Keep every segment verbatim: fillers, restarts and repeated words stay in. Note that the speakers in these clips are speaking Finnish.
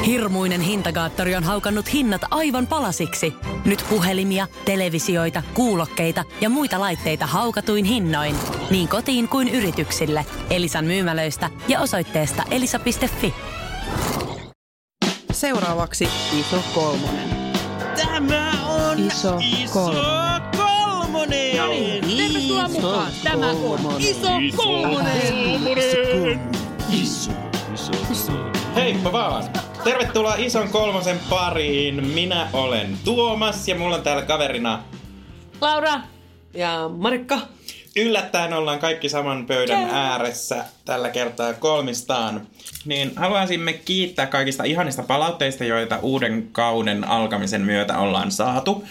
Hirmuinen hintakaattori on haukannut hinnat aivan palasiksi. Nyt puhelimia, televisioita, kuulokkeita ja muita laitteita haukatuin hinnoin. Niin kotiin kuin yrityksille. Elisan myymälöistä ja osoitteesta elisa piste fi. Seuraavaksi Iso Kolmonen. Tämä on Iso, iso Kolmonen. Kolmonen. No niin, tervetuloa mukaan. Tämä on Iso Kolmonen. Iso, iso, iso. Heippa vaan! Tervetuloa Ison Kolmosen pariin. Minä olen Tuomas ja mulla on täällä kaverina Laura ja Marikka. Yllättäen ollaan kaikki saman pöydän yeah. ääressä tällä kertaa kolmistaan. Niin haluaisimme kiittää kaikista ihanista palautteista, joita uuden kauden alkamisen myötä ollaan saatu.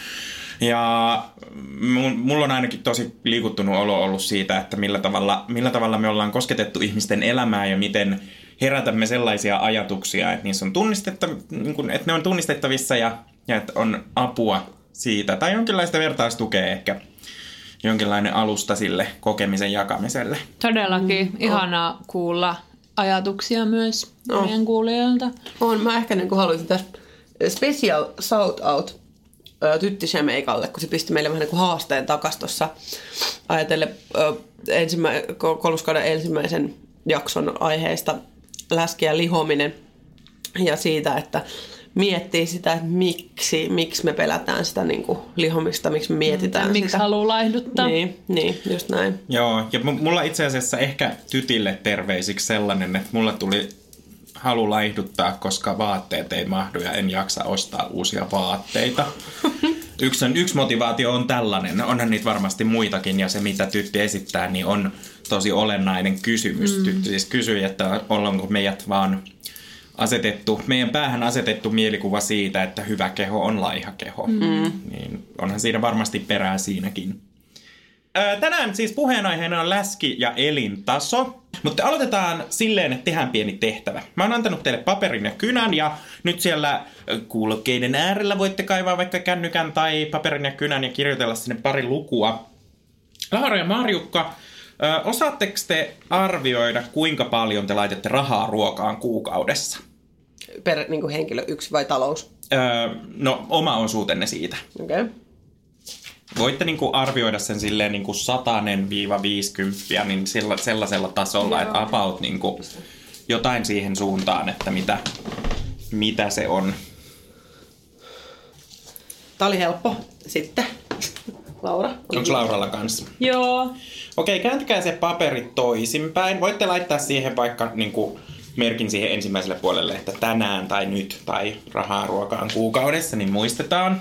Ja mulla on ainakin tosi liikuttunut olo ollut siitä, että millä tavalla, millä tavalla me ollaan kosketettu ihmisten elämää ja miten herätämme sellaisia ajatuksia, että, niissä on että ne on tunnistettavissa ja, ja että on apua siitä. Tai jonkinlaista vertaistukea ehkä. Jonkinlainen alusta sille kokemisen jakamiselle. Todellakin. Mm, ihanaa on. Kuulla ajatuksia myös no. meidän kuulijoilta. On. Mä ehkä niin haluaisin tässä special shout out Tytti Shemeikalle, kun se pisti meille vähän niin kuin haasteen takas tuossa ajatellen ensimmä, kolmoskauden ensimmäisen jakson aiheesta läski ja lihominen ja siitä, että miettii sitä, että miksi, miksi me pelätään sitä niin kuin lihomista, miksi me mietitään mm, sitä. Miksi haluaa laihduttaa. Niin, niin, just näin. Joo, ja mulla itse asiassa ehkä Tytille terveisiksi sellainen, että mulla tuli halu laihduttaa, koska vaatteet ei mahdu ja en jaksa ostaa uusia vaatteita. Yksi, on, yksi motivaatio on tällainen. Onhan niitä varmasti muitakin ja se, mitä Tytti esittää, niin on tosi olennainen kysymys. Mm. Tytti siis kysyi, että ollaanko meidät vaan asetettu, meidän päähän asetettu mielikuva siitä, että hyvä keho on laiha keho. Mm. Niin onhan siinä varmasti perää siinäkin. Ää, tänään siis puheenaiheena on läski ja elintaso. Mutta aloitetaan silleen, että tehdään pieni tehtävä. Mä oon antanut teille paperin ja kynän ja nyt siellä kuulokkeiden äärellä voitte kaivaa vaikka kännykän tai paperin ja kynän ja kirjoitella sinne pari lukua. Laura ja Marjukka, ö, osaatteko te arvioida, kuinka paljon te laitatte rahaa ruokaan kuukaudessa? Per niin kuin henkilö yksi vai talous? Öö, no, oma osuutenne siitä. Okei. Okay. Voitte niinku arvioida sen silleen niinku satanen viiva viisikymppiä niin sellaisella tasolla, että about niinku jotain siihen suuntaan, että mitä, mitä se on. Tää oli helppo. Sitten. Laura. Onko Lauralla kanssa? Joo. Okei, kääntäkää se paperi toisinpäin. Voitte laittaa siihen vaikka niinku merkin siihen ensimmäiselle puolelle, että tänään tai nyt tai rahaa ruokaan kuukaudessa, niin muistetaan.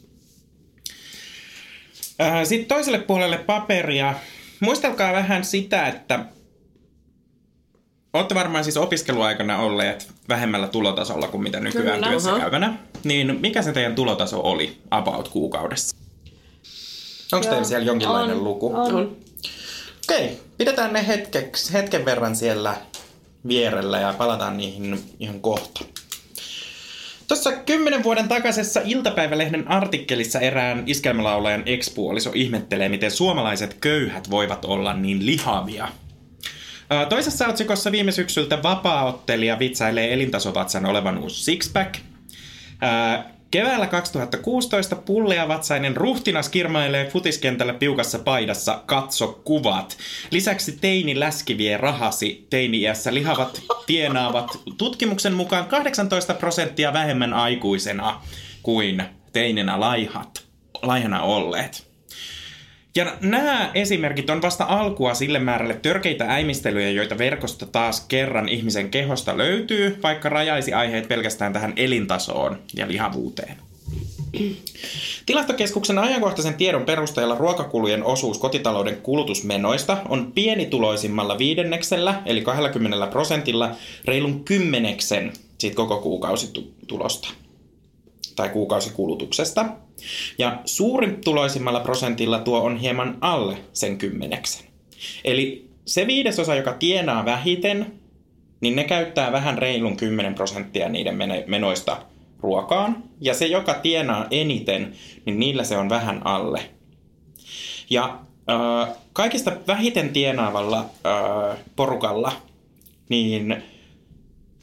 Sitten toiselle puolelle paperia. Muistelkaa vähän sitä, että olette varmaan siis opiskeluaikana olleet vähemmällä tulotasolla kuin mitä nykyään Kyllä, työssä uh-huh. käyvänä. Niin mikä se teidän tulotaso oli about kuukaudessa? Onko teillä siellä jonkinlainen on, luku? On. Okei, pidetään ne hetkeksi, hetken verran siellä vierellä ja palataan niihin ihan kohta. Tuossa kymmenen vuoden takaisessa iltapäivälehden artikkelissa erään iskelmälaulajan ex-puoliso ihmettelee, miten suomalaiset köyhät voivat olla niin lihavia. Toisessa otsikossa viime syksyltä vapaaottelija vitsailee elintasovatsan olevan uusi sixpack. Keväällä kaksituhattakuusitoista pulleavatsainen ruhtinas kirmailee futiskentällä piukassa paidassa katso kuvat. Lisäksi teini läski vie rahasi. Teini-iässä lihavat tienaavat tutkimuksen mukaan kahdeksantoista prosenttia vähemmän aikuisena kuin teininä laihat, laihana olleet. Ja nämä esimerkit on vasta alkua sille määrälle törkeitä äimistelyjä, joita verkosta taas kerran ihmisen kehosta löytyy, vaikka rajaisi aiheet pelkästään tähän elintasoon ja lihavuuteen. Tilastokeskuksen ajankohtaisen tiedon perusteella ruokakulujen osuus kotitalouden kulutusmenoista on pienituloisimmalla viidenneksellä, eli kaksikymmentä prosentilla, reilun kymmeneksen siitä koko kuukausitulosta tai kuukausikulutuksesta. Ja suurituloisimmalla prosentilla tuo on hieman alle sen kymmeneksen. Eli se viidesosa, joka tienaa vähiten, niin ne käyttää vähän reilun kymmenen prosenttia niiden menoista ruokaan. Ja se, joka tienaa eniten, niin niillä se on vähän alle. Ja äh, kaikista vähiten tienaavalla äh, porukalla, niin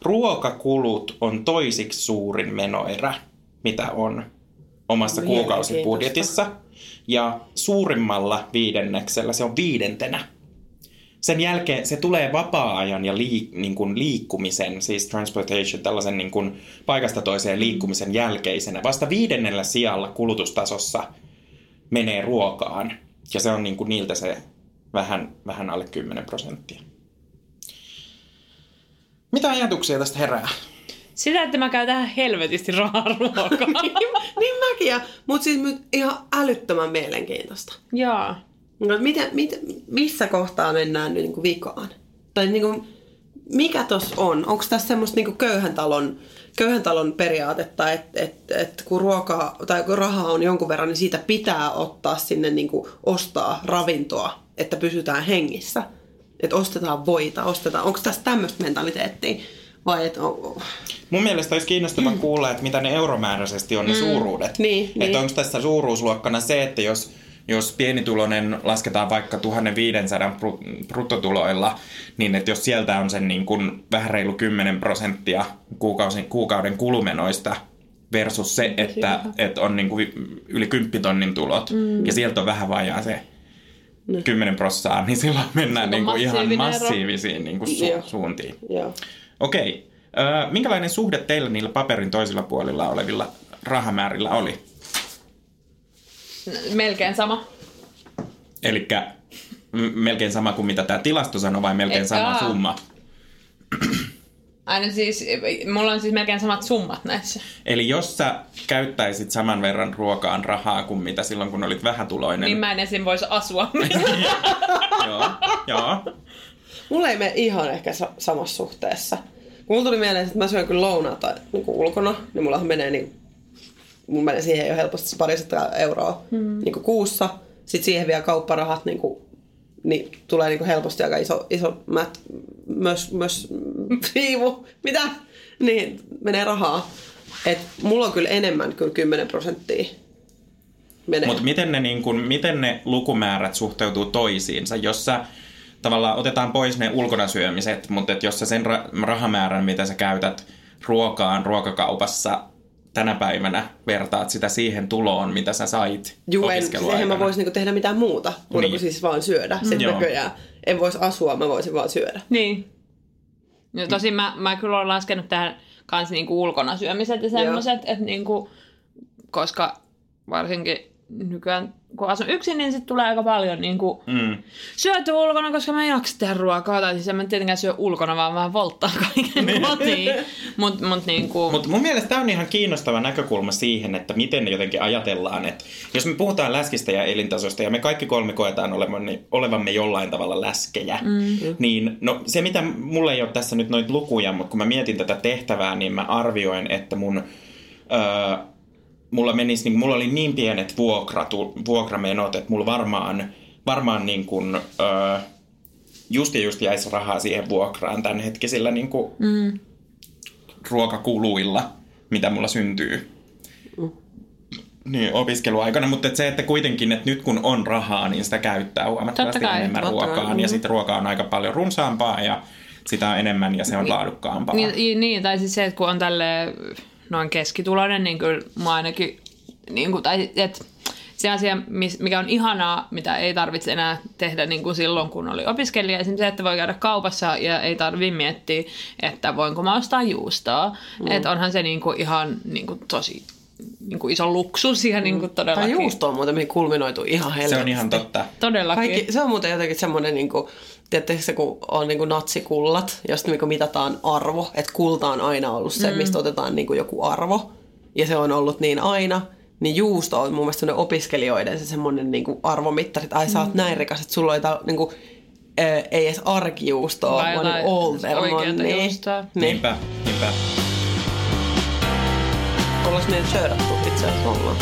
ruokakulut on toisiksi suurin menoerä, mitä on omassa kuukausibudjetissa. Ja suurimmalla viidenneksellä se on viidentenä. Sen jälkeen se tulee vapaa-ajan ja liik, niin kuin liikkumisen, siis transportation, tällaisen niin kuin paikasta toiseen liikkumisen jälkeisenä. Vasta viidennellä sijalla kulutustasossa menee ruokaan. Ja se on niin kuin niiltä se vähän, vähän alle kymmenen prosenttia. Mitä ajatuksia tästä herää? Sitä, että mä käytän helvetisti rahaa ruokaan. niin, niin mäkin, mutta siis ihan älyttömän mielenkiintoista. Joo. No, miten, mit, missä kohtaa mennään nyt niin vikaan? Tai niin kuin, mikä tossa on? Onko tässä semmoista niin köyhän, talon, köyhän talon periaatetta, että et, et kun ruokaa tai kun rahaa on jonkun verran, niin siitä pitää ottaa sinne niin kuin ostaa ravintoa, että pysytään hengissä? Että ostetaan voita, ostetaan. Onko tässä tämmöistä mentaliteettia? Vai et on... Mun mielestä olisi kiinnostavaa mm. kuulla, että mitä ne euromääräisesti on ne mm. suuruudet. Niin, että niin. onko tässä suuruusluokkana se, että jos, jos pienituloinen lasketaan vaikka tuhatviisisataa bruttotuloilla, niin että jos sieltä on sen niin kuin vähän reilu kymmenen prosenttia kuukausin, kuukauden kulumenoista versus se, että, että on niin kuin yli kymppitonnin tulot mm. ja sieltä on vähän vajaa se no. kymmenen prosenttia, niin silloin mennään niin kuin ihan massiivisiin niin kuin su- suuntiin. Joo. Okei. Ö, minkälainen suhde teillä niillä paperin toisilla puolilla olevilla rahamäärillä oli? Melkein sama. Elikkä m- melkein sama kuin mitä tämä tilasto sanoo vai melkein Et, sama aa. summa? Aina siis, mulla on siis melkein samat summat näissä. Eli jos sä käyttäisit saman verran ruokaan rahaa kuin mitä silloin, kun olit vähätuloinen. Niin mä en esim. Voisi asua. Joo, joo. Mulla ei mene ihan ehkä sa- samassa suhteessa. Kun mulla tuli mieleen, että mä syön kyllä lounaata niin ulkona, niin mullahan menee, niin, mulla menee siihen jo helposti parisataa euroa hmm. niin kuussa. Sitten siihen vielä kaupparahat, niin, kuin, niin tulee niin helposti aika iso, iso mät, myös, myös viivu, mitä? Niin menee rahaa. Et mulla on kyllä enemmän kyllä kymmenen prosenttia menee. Mutta miten ne, niin kun, miten ne lukumäärät suhteutuu toisiinsa, jos sä tavallaan otetaan pois ne ulkona syömiset, mutta et jos sä sen ra- rahamäärän, mitä sä käytät ruokaan ruokakaupassa tänä päivänä, vertaat sitä siihen tuloon, mitä sä sait Juu, en, opiskeluaikana. eihän mä voisi niinku tehdä mitään muuta, muuta niin. kuin siis vaan syödä. Mm. Sen näköjään en voisi asua, mä voisin vaan syödä. Niin. No tosin mä, mä kyllä olen laskenut tähän kans niinku ulkona syömiset ja semmoiset, että niinku, koska varsinkin nykyään, kun asun yksin, niin sitten tulee aika paljon niin kuin mm. syöty ulkona, koska mä en jaksa tehdä ruokaa. Tai siis en mä tietenkään syö ulkona, vaan vähän volttaa kaiken kotiin. Mutta mut niin kuin... Mut mun mielestä tämä on ihan kiinnostava näkökulma siihen, että miten ne jotenkin ajatellaan. Että jos me puhutaan läskistä ja elintasosta, ja me kaikki kolme koetaan olevamme, olevamme jollain tavalla läskejä, mm. niin no, se mitä, mulla ei ole tässä nyt noita lukuja, mutta kun mä mietin tätä tehtävää, niin mä arvioin, että mun... Öö, Mulla, menisi, niin, mulla oli niin pienet vuokratu, vuokramenot, että mulla varmaan, varmaan niin kuin, ö, just ja just jäisi rahaa siihen vuokraan tämänhetkisillä niin kuin, mm. ruokakuluilla, mitä mulla syntyy mm. niin, opiskeluaikana. Mutta et se, että kuitenkin, että nyt kun on rahaa, niin sitä käyttää huomattavasti kai, enemmän ruokaan. Ja sitten ruoka on aika paljon runsaampaa ja sitä on enemmän ja se on laadukkaampaa. Niin, niin tai siis se, että kun on tälleen... noin keskituloinen, niin kyllä mä ainakin, niin kuin, tai että se asia, mikä on ihanaa, mitä ei tarvitse enää tehdä niin kuin silloin, kun oli opiskelija, esimerkiksi se, että voi käydä kaupassa ja ei tarvitse miettiä, että voinko mä ostaa juustoa. Mm. Että onhan se niin kuin ihan niin kuin tosi niin kuin iso luksus ja niin kuin todellakin. Tai juusto on muuten kulminoitu ihan helvetti. Se on ihan totta. Todellakin. Kaikki, se on muuten jotenkin semmoinen, niin kuin, tiedättekö se, kun on niin kuin natsikullat, josta niin kuin mitataan arvo, että kulta on aina ollut se, mm. mistä otetaan niin kuin joku arvo, ja se on ollut niin aina, niin juusto on mun mielestä semmoinen opiskelijoiden se semmoinen niin kuin arvomittari, että ai sä oot mm. näin rikas, että sulla on jotain, niin kuin, ää, ei edes arkijuustoa, vaan niin olterman. Niin. Juustoa. Niinpä, niinpä. Ollaanko meidän shöörattu itse asiassa ollaan?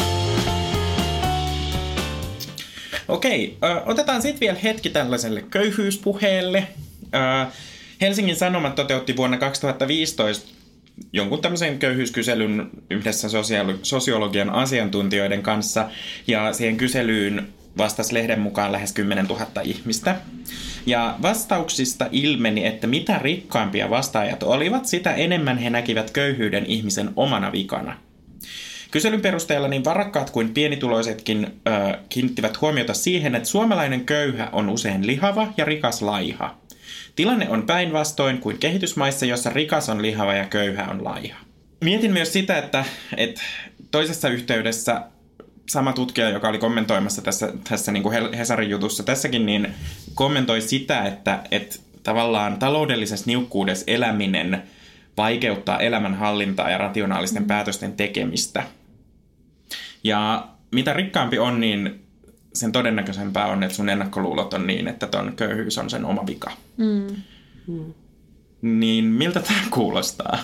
Okei, ö, otetaan sitten vielä hetki tällaiselle köyhyyspuheelle. Ö, Helsingin Sanomat toteutti vuonna kaksituhattaviisitoista jonkun tämmöisen köyhyyskyselyn yhdessä sosiaali- sosiologian asiantuntijoiden kanssa, ja siihen kyselyyn vastasi lehden mukaan lähes kymmenentuhatta ihmistä. Ja vastauksista ilmeni, että mitä rikkaampia vastaajat olivat, sitä enemmän he näkivät köyhyyden ihmisen omana vikana. Kyselyn perusteella niin varakkaat kuin pienituloisetkin ö, kiinnittivät huomiota siihen, että suomalainen köyhä on usein lihava ja rikas laiha. Tilanne on päinvastoin kuin kehitysmaissa, jossa rikas on lihava ja köyhä on laiha. Mietin myös sitä, että, että toisessa yhteydessä sama tutkija, joka oli kommentoimassa tässä, tässä niin kuin Hesarin jutussa tässäkin, niin kommentoi sitä, että, että tavallaan taloudellisessa niukkuudessa eläminen vaikeuttaa elämänhallintaa ja rationaalisten päätösten tekemistä. Ja mitä rikkaampi on, niin sen todennäköisempää on, että sun ennakkoluulot on niin, että ton köyhyys on sen oma vika. Mm. Mm. Niin miltä tämä kuulostaa?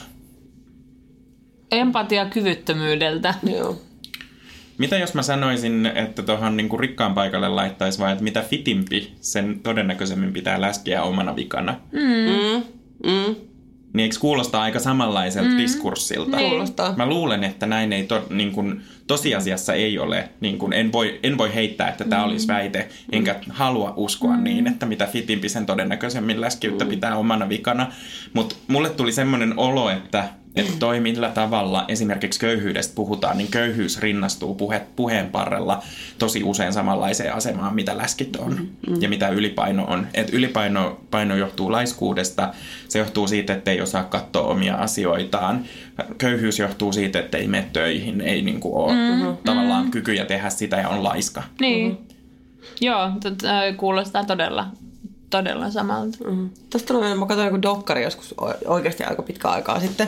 Empatiakyvyttömyydeltä. Joo. Mitä jos mä sanoisin, että tuohon niinku rikkaan paikalle laittaisi vaan, että mitä fitimpi, sen todennäköisemmin pitää läskiä omana vikana. Mm. Mm. Niin eikö kuulostaa aika samanlaiselta mm. diskurssilta? Kuulostaa. Mä luulen, että näin ei to, niin kuin, tosiasiassa ei ole. Niin kuin, en, voi, en voi heittää, että tämä mm. olisi väite, enkä halua uskoa mm. niin, että mitä fitimpi, sen todennäköisemmin läskiyttä mm. pitää omana vikana. Mutta mulle tuli semmoinen olo, että että toi millä tavalla esimerkiksi köyhyydestä puhutaan, niin köyhyys rinnastuu puhe, puheen parrella tosi usein samanlaiseen asemaan, mitä läskit on mm-hmm. ja mitä ylipaino on. Et ylipaino paino johtuu laiskuudesta, se johtuu siitä, että ei osaa katsoa omia asioitaan. Köyhyys johtuu siitä, että ei mene töihin, ei niinku ole mm-hmm. tavallaan kykyjä tehdä sitä ja on laiska. Niin, mm-hmm. joo, tot, äh, kuulostaa todella. Todella samalta. Mm. Tästä on, mä katsoin joku dokkari joskus oikeasti aika pitkä aikaa sitten.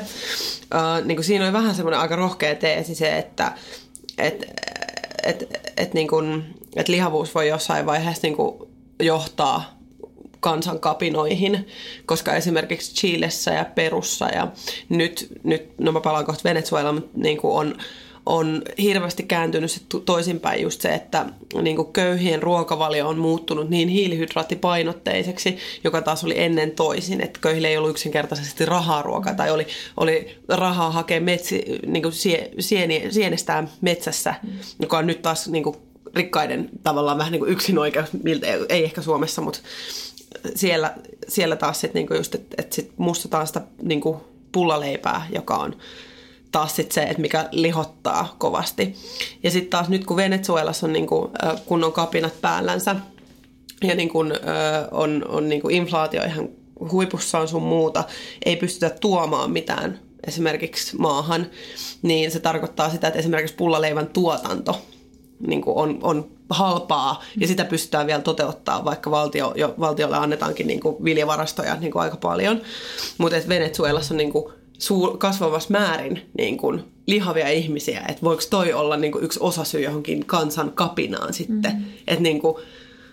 Uh, niin kuin siinä oli vähän semmoinen aika rohkea teesi se, että et, et, et, niin kuin, et lihavuus voi jossain vaiheessa niin kuin johtaa kansan kapinoihin, koska esimerkiksi Chilessä ja Perussa ja nyt, nyt no mä palaan kohta Venezuelaan, mutta niin kuin on on hirveästi kääntynyt se toisinpäin just se, että niin kuin köyhien ruokavalio on muuttunut niin hiilihydraattipainotteiseksi, joka taas oli ennen toisin, että köyhille ei ollut yksinkertaisesti rahaa ruokaa tai oli, oli rahaa hakea metsi, niin kuin sie, sieni, sienestään metsässä, joka on nyt taas niin kuin rikkaiden tavallaan vähän niin kuin yksinoikeus, ei ehkä Suomessa, mutta siellä, siellä taas sit niin kuin just, että, että sit mustataan sitä niin kuin pullaleipää, joka on taas sit se, että mikä lihottaa kovasti. Ja sitten taas nyt, kun Venezuelassa on niinku, kunnon kapinat päällänsä ja niinku, on, on niinku inflaatio ihan huipussaan sun muuta, ei pystytä tuomaan mitään esimerkiksi maahan, niin se tarkoittaa sitä, että esimerkiksi pullaleivän tuotanto niinku on, on halpaa ja sitä pystytään vielä toteuttaa, vaikka valtio, jo, valtiolle annetaankin niinku viljavarastoja niinku aika paljon. Mutta Venezuelassa on niinku Suur, kasvavassa määrin niin kuin, lihavia ihmisiä, että voiko toi olla niin kuin, yksi osasyy johonkin kansan kapinaan sitten. Mm-hmm. Että niin kuin,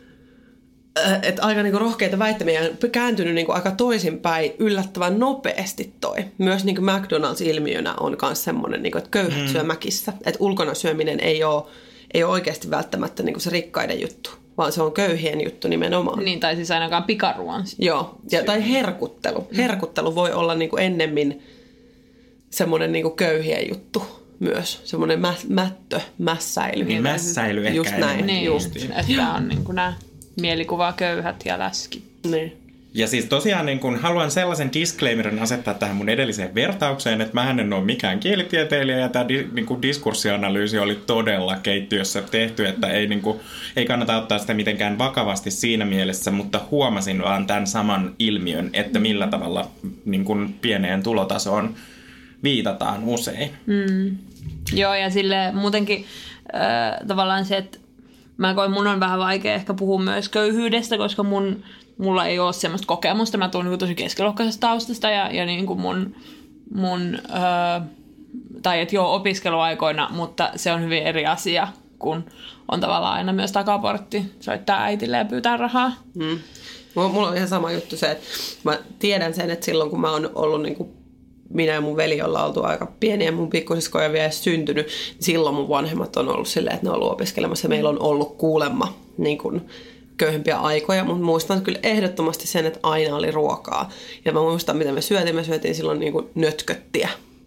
et aika niin kuin, rohkeita väittämiä on kääntynyt niin kuin, aika toisinpäin yllättävän nopeasti toi. Myös niin kuin McDonald's-ilmiönä on myös semmoinen, niin kuin, että köyhät mm-hmm. syö mäkissä. Että ulkona syöminen ei ole, ei ole oikeasti välttämättä niin kuin, se rikkaiden juttu, vaan se on köyhien juttu nimenomaan. Niin, tai siis ainakaan pikaruoan. Joo, ja, tai herkuttelu. Herkuttelu voi olla niin kuin, ennemmin semmoinen niinku köyhien juttu myös. Semmoinen mä, mättö, mässäily. Niin mässäily ehkä. Just näin. Niin, just. Että on niinku nämä mielikuvaköyhät ja läski. Niin. Ja siis tosiaan niin kun haluan sellaisen disclaimerin asettaa tähän mun edelliseen vertaukseen, että mähän en ole mikään kielitieteilijä ja tämä di, niin kun diskurssianalyysi oli todella keittiössä tehty, että ei, niin kun, ei kannata ottaa sitä mitenkään vakavasti siinä mielessä, mutta huomasin vaan tämän saman ilmiön, että millä tavalla niin kun pieneen tulotasoon viitataan usein. Mm. Joo, ja sille muutenkin äh, tavallaan se, että mä koin, mun on vähän vaikea ehkä puhua myös köyhyydestä, koska mun, mulla ei ole semmoista kokemusta. Mä tuun niin tosi keskiluokkaisesta taustasta ja, ja niin kuin mun, mun äh, tai että joo, opiskeluaikoina, mutta se on hyvin eri asia, kun on tavallaan aina myös takaportti soittaa äitille ja pyytää rahaa. Mm. Mulla on ihan sama juttu se, että mä tiedän sen, että silloin kun mä oon ollut niin kuin minä ja mun veli ollaan oltu aika pieniä ja mun pikkusisko ei vielä edes syntynyt, niin silloin mun vanhemmat on ollut silleen, että ne on ollut opiskelemassa ja meillä on ollut kuulemma niin kuin köyhempiä aikoja, mutta muistan kyllä ehdottomasti sen, että aina oli ruokaa. Ja mä muistan, mitä me syötiin. Me syötiin silloin niin kuin nötköttiä.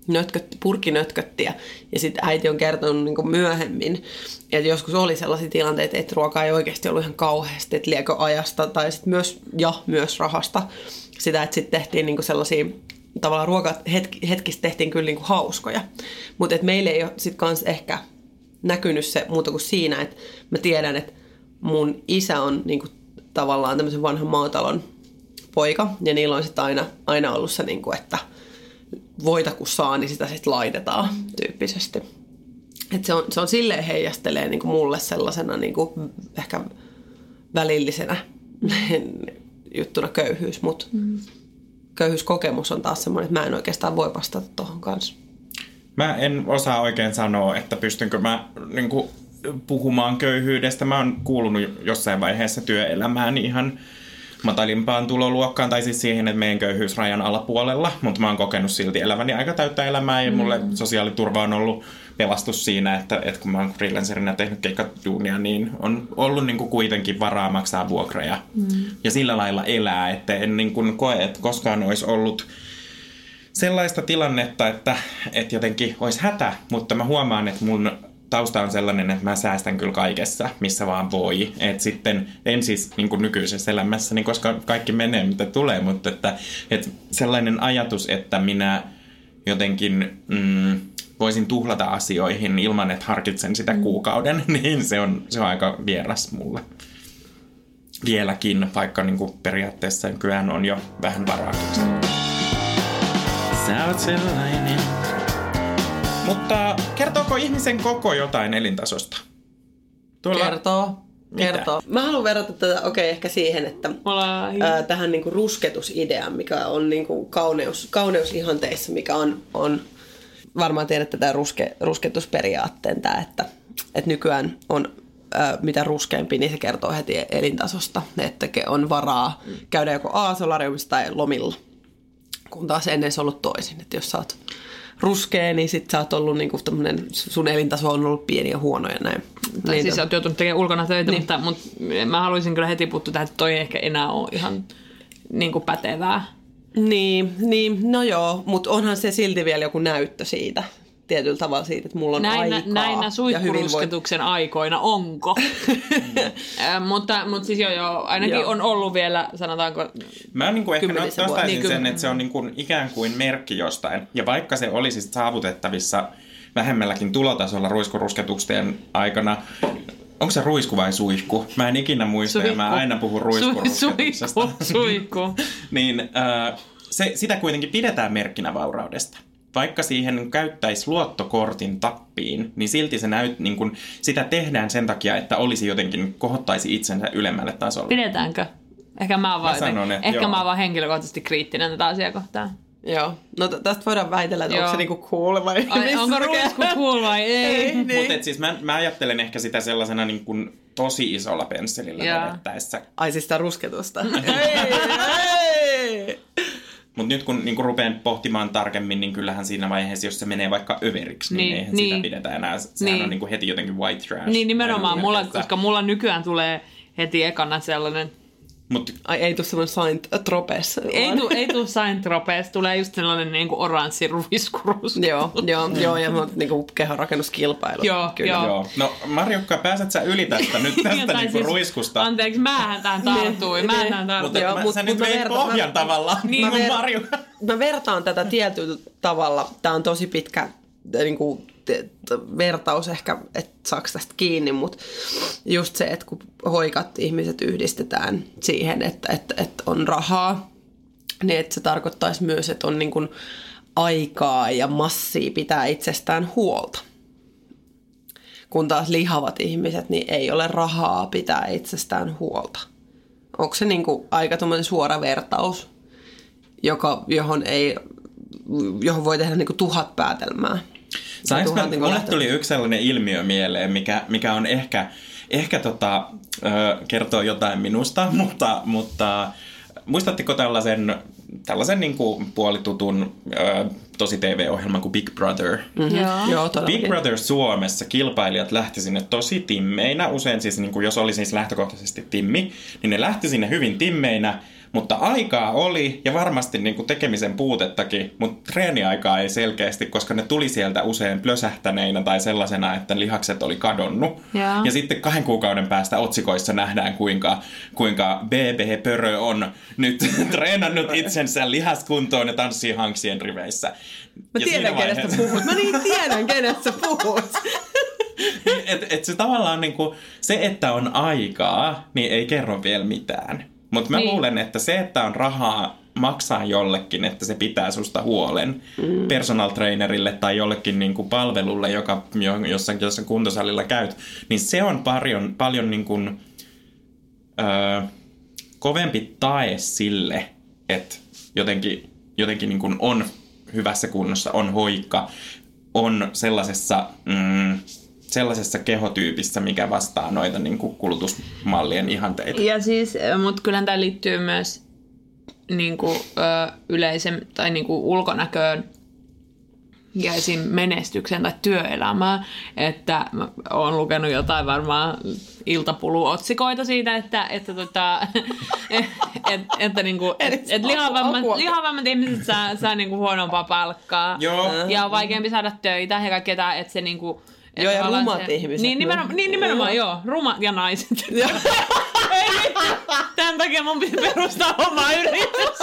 nötkötti, purkinötköttiä. Ja sitten äiti on kertonut niin kuin myöhemmin, että joskus oli sellaisia tilanteita, että ruoka ei oikeasti ollut ihan kauheasti, että liekö ajasta tai sitten myös, ja myös rahasta. Sitä, että sitten tehtiin niin kuin sellaisia, tavallaan ruokahetkistä tehtiin kyllä niin kuin hauskoja. Mutta meille ei ole sitten kans ehkä näkynyt se muuta kuin siinä, että mä tiedän, että mun isä on niin kuin tavallaan tämmöisen vanhan maatalon poika, ja niillä on sitten aina, aina ollut se, niin kuin, että voita kun saa, niin sitä sitten laitetaan tyyppisesti. Et se, on, se on silleen heijastelee niin kuin mulle sellaisena niin kuin ehkä välillisenä juttuna köyhyys, mutta mm. köyhyyskokemus on taas semmoinen, että mä en oikeastaan voi vastata tuohon kanssa. Mä en osaa oikein sanoa, että pystynkö mä niin kuin puhumaan köyhyydestä. Mä oon kuulunut jossain vaiheessa työelämään ihan matalimpaan tuloluokkaan, tai siis siihen, että meidän köyhyysrajan alapuolella, mutta mä oon kokenut silti eläväni aika täyttä elämää, ja mulle mm. sosiaaliturva on ollut pelastus siinä, että, että kun mä oon freelancerina tehnyt keikkaduunia, niin on ollut niin kuin kuitenkin varaa maksaa vuokra ja, mm. ja sillä lailla elää, että en niin kuin koe, että koskaan olisi ollut sellaista tilannetta, että, että jotenkin olisi hätä, mutta mä huomaan, että mun tausta on sellainen, että mä säästän kyllä kaikessa, missä vaan voi. Että sitten, en siis niin kuin nykyisessä elämässä, niin koska kaikki menee, mitä tulee, mutta että, että sellainen ajatus, että minä jotenkin mm, voisin tuhlata asioihin ilman, että harkitsen sitä kuukauden, niin se on, se on aika vieras mulle. Vieläkin, vaikka niin kuin periaatteessa kyllähän on jo vähän varaakin. Sä oot sellainen. Mutta kertooko ihmisen koko jotain elintasosta? Tuolla... Kertoo. Kertoo. Mä haluan verrata tätä, okei, okay, ehkä siihen, että ää, tähän niinku rusketusideaan, mikä on niinku kauneus, kauneusihanteissa, mikä on, on varmaan tiedätte tämän ruske, rusketusperiaatteen, tää, että, että nykyään on ää, mitä ruskeampi, niin se kertoo heti elintasosta, että on varaa käydä joko A-solariumissa tai lomilla, kun taas ennen se on ollut toisin, että jos sä oot ruskea, niin sit sä oot ollut niinku tämmönen, sun elintaso on ollut pieni ja huono ja näin. Tai niin siis sä oot joutunut tekemään ulkona töitä, niin. mutta, mutta mä haluaisin kyllä heti puuttua tähän, että toi ei ehkä enää ole ihan niinku pätevää. Niin, niin, no joo, mutta onhan se silti vielä joku näyttö siitä, tietyllä tavalla siitä, että mulla on näinä, aikaa. Näinä suihkurusketuksen voi... aikoina, onko? mm. mutta, mutta siis joo, joo ainakin joo. on ollut vielä, sanotaanko... Mä niin kuin ehkä nostaisin niin, sen, että se on niin kuin ikään kuin merkki jostain. Ja vaikka se olisi saavutettavissa vähemmälläkin tulotasolla ruiskurusketuksien aikana, onko se ruisku vai suihku? Mä en ikinä muista, suihku. Ja mä aina puhun ruiskurusketuksesta. Suihku, suihku. niin äh, se, sitä kuitenkin pidetään merkkinä vauraudesta. Vaikka siihen käyttäisi luottokortin tappiin, niin silti se näyt, niin kun, sitä tehdään sen takia, että olisi jotenkin, kohottaisi itsensä ylemmälle tasolle. Pidetäänkö? Ehkä mä oon vaan, sanon, ehkä mä oon vaan henkilökohtaisesti kriittinen tätä asiaa kohtaan. Joo. No t- tästä voidaan väitellä, että joo. onko se niinku cool vai... Ai, onko ruisku cool vai ei? ei niin. Mutta siis mä, mä ajattelen ehkä sitä sellaisena niin kuin tosi isolla pensselillä vedettäessä. Ai siis sitä rusketusta. ei, ei. Mutta nyt kun niinku rupean pohtimaan tarkemmin, niin kyllähän siinä vaiheessa, jos se menee vaikka överiksi, niin, niin eihän niin. sitä pidetä enää. Sehän niin. on niinku heti jotenkin white trash. Niin nimenomaan, mulla, koska mulla nykyään tulee heti ekana sellainen... Mut, ai ei tule sellainen Saint Tropez. Ei tule ei tu Saint Tropez, tulee just sellainen niinku oranssi ruiskurus. joo, joo, joo, ja niinku kehonrakennuskilpailu. Joo, kyllä. joo. joo. No Marjukka, pääset sä yli tästä nyt tästä niinku siis, ruiskusta? Anteeksi, määhän tähän tartuin, määhän tähän tartuin. Mutta mut, sä mut nyt veit pohjan mä, tavallaan, niin kuin Marjukka. Mä vertaan tätä tietyllä tavalla. Tää on tosi pitkä niinku, vertaus ehkä, että saako tästä kiinni, mutta just se, että kun hoikat ihmiset yhdistetään siihen, että, että, että on rahaa, niin että se tarkoittaisi myös, että on niin kuin aikaa ja massia pitää itsestään huolta. Kun taas lihavat ihmiset, niin ei ole rahaa pitää itsestään huolta. Onko se niin kuin aika tommoinen suora vertaus, joka, johon, ei, johon voi tehdä niin kuin tuhat päätelmää? Sainko mä, mulle tuli yksi sellainen ilmiö mieleen, mikä, mikä on ehkä, ehkä tota, ö, kertoo jotain minusta, mutta, mutta muistatteko tällaisen, tällaisen niin kuin puolitutun ö, tosi T V-ohjelman kuin Big Brother? Mm-hmm. Joo. Big Brother Suomessa kilpailijat lähti sinne tosi timmeinä, usein siis niin kuin jos oli siis lähtökohtaisesti timmi, niin ne lähti sinne hyvin timmeinä, Mutta aikaa oli ja varmasti niin kuin tekemisen puutettakin, mutta treeniaikaa ei selkeästi, koska ne tuli sieltä usein plösähtäneinä tai sellaisena, että lihakset oli kadonnut. Ja, ja sitten kahden kuukauden päästä otsikoissa nähdään, kuinka, kuinka B B Pörö on nyt treenannut itsensä lihaskuntoon ja tanssii hanksien riveissä. Mä ja tiedän, kenestä vaiheessa... puhut. Mä niin tiedän, kenestä puhut. et, et se tavallaan niin kuin, se, että on aikaa, niin ei kerro vielä mitään. Mutta mä niin. luulen, että se, että on rahaa maksaa jollekin, että se pitää susta huolen mm. personal trainerille tai jollekin niin kuin palvelulle, joka jossain, jossain kuntosalilla käyt, niin se on paljon, paljon niin kuin, ö, kovempi tae sille, että jotenkin, jotenkin niin kuin on hyvässä kunnossa, on hoikka, on sellaisessa, mm, sellaisessa kehotyypissä, mikä vastaa noita niin kuin kulutusmallien ihanteita. Ja siis, mutta kyllähän tämä liittyy myös niin kuin, ö, yleisen tai niin kuin ulkonäköön ja esim. Menestykseen tai työelämään, että mä oon lukenut jotain varmaan iltapulu-otsikoita siitä, että, että, tota, et, et, että niinku, et, et lihavammat, lihavammat ihmiset saa, saa niinku huonompaa palkkaa. Joo. Ja on vaikeampi saada töitä ja kaikkea tää, että se niinku... Et joo, ja rumat se, ihmiset. Niin nimenomaan, niin, nimenomaan joo. joo, rumat ja naiset. Ei, tämän takia mun pitää perustaa oma yritys.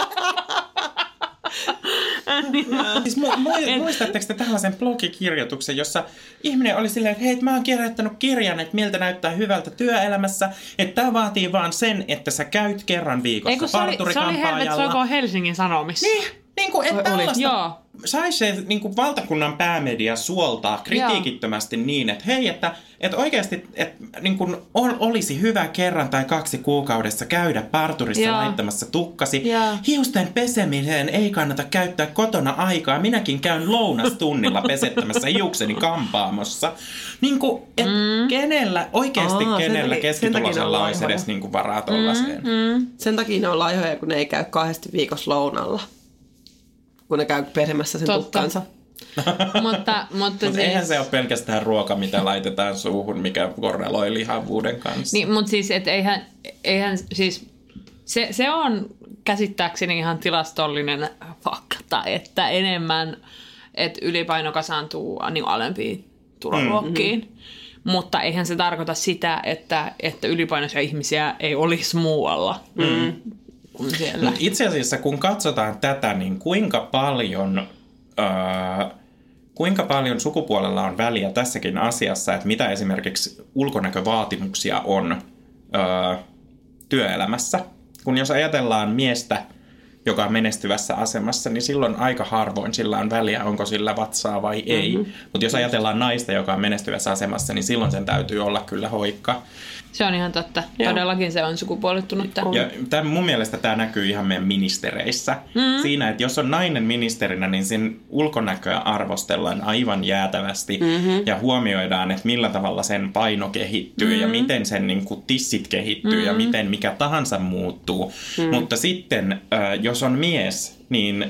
Siis mu- mu- muistatteko te tällaisen blogikirjoituksen, jossa ihminen oli silleen, että hei, mä oon kirjoittanut kirjan, että miltä näyttää hyvältä työelämässä, että tää vaatii vaan sen, että sä käyt kerran viikossa parturikampaajalla. Se oli helvet, se oli Helsingin Sanomissa. Niin, niin kuin, että tällaista Joo. saisi se niin kuin valtakunnan päämedia suoltaa kritiikittömästi Joo. niin, että hei, että, että oikeasti että, niin kuin olisi hyvä kerran tai kaksi kuukaudessa käydä parturissa Joo. laittamassa tukkasi. Joo. Hiusten pesemiseen ei kannata käyttää kotona aikaa. Minäkin käyn lounastunnilla pesettämässä hiukseni kampaamossa. Niin kuin, että mm. kenellä, oikeasti Aa, kenellä takia, keskituloisella olisi edes niin kuin varaa tollaiseen. Mm, mm. Sen takia ne on laihoja, kun ne ei käy kahdesti viikossa lounalla. Kun ne käy pesemässä sen Totta. tukkansa. mutta, mutta siis... eihän se ole pelkästään ruoka, mitä laitetaan suuhun, mikä korreloi lihavuuden kanssa. Niin, mutta siis, et eihän, eihän siis... Se, se on käsittääkseni ihan tilastollinen fakta, että enemmän että ylipaino kasaantuu niin alempiin tuloluokkiin. Mm-hmm. Mutta eihän se tarkoita sitä, että, että ylipainoisia ihmisiä ei olisi muualla. Mm. Itse asiassa kun katsotaan tätä, niin kuinka paljon, äh, kuinka paljon sukupuolella on väliä tässäkin asiassa, että mitä esimerkiksi ulkonäkövaatimuksia on äh, työelämässä. Kun jos ajatellaan miestä, joka on menestyvässä asemassa, niin silloin aika harvoin sillä on väliä, onko sillä vatsaa vai ei. Mm-hmm. Mutta jos ajatellaan naista, joka on menestyvässä asemassa, niin silloin sen täytyy olla kyllä hoikka. Se on ihan totta. Joo. Todellakin se on sukupuolittunut. Ja tämän, mun mielestä tämä näkyy ihan meidän ministereissä. Mm-hmm. Siinä, että jos on nainen ministerinä, niin sen ulkonäköä arvostellaan aivan jäätävästi. Mm-hmm. Ja huomioidaan, että millä tavalla sen paino kehittyy mm-hmm. ja miten sen niin kuin, tissit kehittyy mm-hmm. ja miten mikä tahansa muuttuu. Mm-hmm. Mutta sitten, äh, jos on mies, niin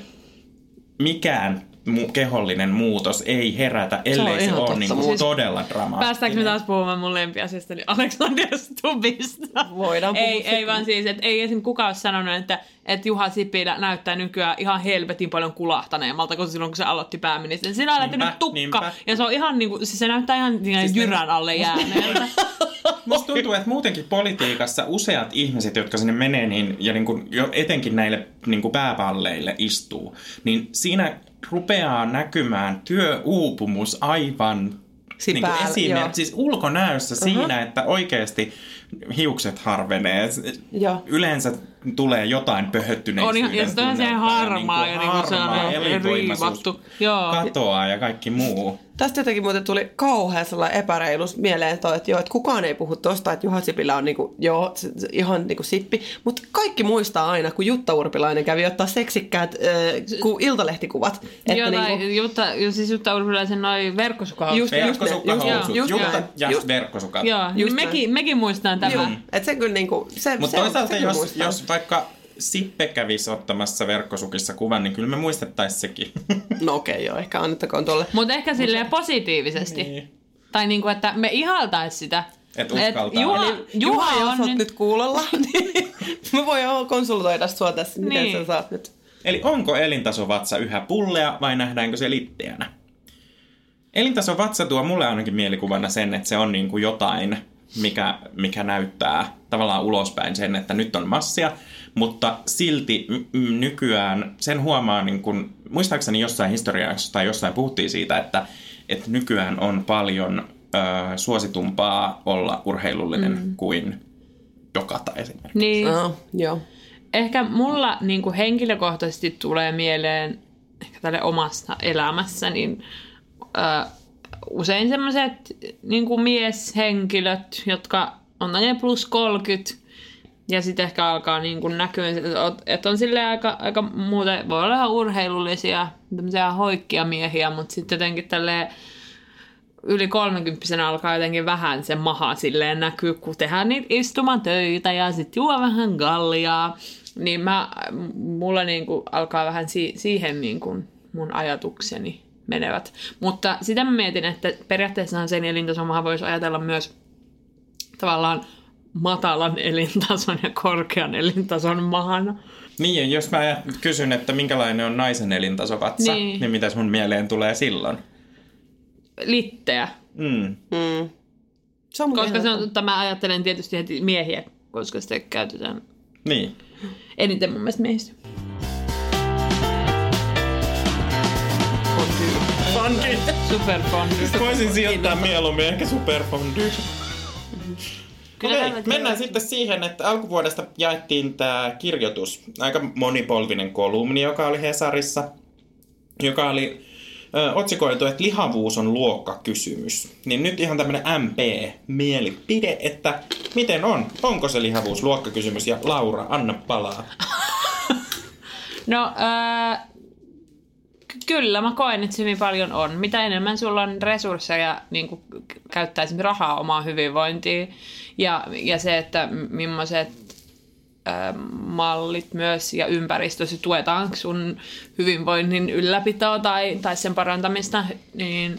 mikään mu- kehollinen muutos ei herätä, ellei se, se ole niin kuin siis todella dramaattinen. Päästäänkö me taas puhumaan mun lempiasiasta, niin Alexander Stubbista? Voidaan puhua. Ei, ei vaan siis, että ei esimerkiksi kukaan ole sanonut, että, että Juha Sipilä näyttää nykyään ihan helvetin paljon kulahtaneemmalta, kun silloin kun se aloitti pääministeri. Siinä on lähtenyt tukka, niinpä. Ja se on ihan niin kuin, siis se näyttää ihan siis jyrän alle jääneeltä. Musta tuntuu, että muutenkin politiikassa useat ihmiset, jotka sinne menee niin, ja niin kuin jo etenkin näille niin kuin pääpalleille istuu, niin siinä rupeaa näkymään työuupumus aivan niin kuin esimerkiksi siis ulkonäössä uh-huh. siinä, että oikeasti hiukset harvenee. Joo. Yleensä tulee jotain pöhöttyneisyyden tunnetta. Ja sitten on se harmaa ja, ja harmaa elinvoimaisuus katoaa ja kaikki muu. Tästä jotenkin muuten tuli kauhean sellainen epäreilus mieleen toi, että, joo, että kukaan ei puhu tosta, että Juha Sipilä on niinku, joo, se, se, ihan niinku sippi. Mutta kaikki muistaa aina, kun Jutta Urpilainen kävi ottaa seksikkäät äh, ku, iltalehtikuvat. Joo, tai niinku, Jutta, siis Jutta Urpilaisen noi verkkosukahousut. Verkkosukahousut. Jutta ja verkkosukat. Joo, mekin, mekin muistaan tämän. Että se kyllä niinku, se, Mutta se, toisaalta se jos, jos vaikka Sippe kävisi ottamassa verkkosukissa kuvan, niin kyllä me muistettaisiin sekin. No okei, okay, joo, ehkä annettakoon tuolle. Mutta ehkä silleen positiivisesti. Niin. Tai niinku, että me ihaltaisi sitä. Et uskaltaa. Et Juha, Eli, Juha, Juha, jos oot nyt, nyt kuulolla, niin Me voidaan konsultoida sua tässä, miten Niin. sä saat nyt. Eli onko elintasovatsa yhä pullea vai nähdäänkö se litteänä? Elintasovatsa tuo mulle ainakin mielikuvana sen, että se on niin kuin jotain, mikä, mikä näyttää tavallaan ulospäin sen, että nyt on massia, mutta silti m- nykyään sen huomaa, niin kuin, muistaakseni jossain historiassa tai jossain puhuttiin siitä, että, että nykyään on paljon ö, suositumpaa olla urheilullinen mm. kuin dokata esimerkiksi. Niin. No, joo. Ehkä mulla niin kuin henkilökohtaisesti tulee mieleen ehkä tälle omasta elämässä, niin ö, usein sellaiset niin kuin mieshenkilöt, jotka on tämmöinen plus kolmekymmentä, ja sitten ehkä alkaa niin kuin näkyä, että on silleen aika, aika muuten, voi olla ihan urheilullisia, tämmöisiä hoikkia miehiä, mutta sitten jotenkin tälleen yli kolmekymppisenä alkaa jotenkin vähän se maha silleen näkyy, kun tehdään niitä istumatöitä ja sitten juo vähän galliaa, niin mä, mulla niin kuin alkaa vähän si- siihen niin kuin mun ajatukseni menevät. Mutta sitä mä mietin, että periaatteessahan sen elintason voisi ajatella myös tavallaan matalan elintason ja korkean elintason mahana. Niin, ja jos mä kysyn, että minkälainen on naisen elintasovatsa, niin, niin mitäs mun mieleen tulee silloin? Litteä. Mm. Mm. Se on koska se on, että mä ajattelen tietysti heti miehiä, koska sitä käytetään niin. eniten mun mielestä miehistä. Fondue. Super fondue. Voisin sijoittaa mieluummin ehkä superfondue. Okei, okay, mennään sitten siihen, että alkuvuodesta jaettiin tämä kirjoitus, aika monipolvinen kolumni, joka oli Hesarissa, joka oli ö, otsikoitu, että lihavuus on luokkakysymys. Niin nyt ihan tämmöinen M P-mielipide, että miten on? Onko se lihavuus luokkakysymys? Ja Laura, anna palaa. No, äh, kyllä mä koen, että se hyvin paljon on. Mitä enemmän sulla on resursseja niin kuin käyttää esimerkiksi rahaa omaan hyvinvointiin ja, ja se, että millaiset äh, mallit myös ja ympäristössä tuetaan sun hyvinvoinnin ylläpitoa tai, tai sen parantamista, niin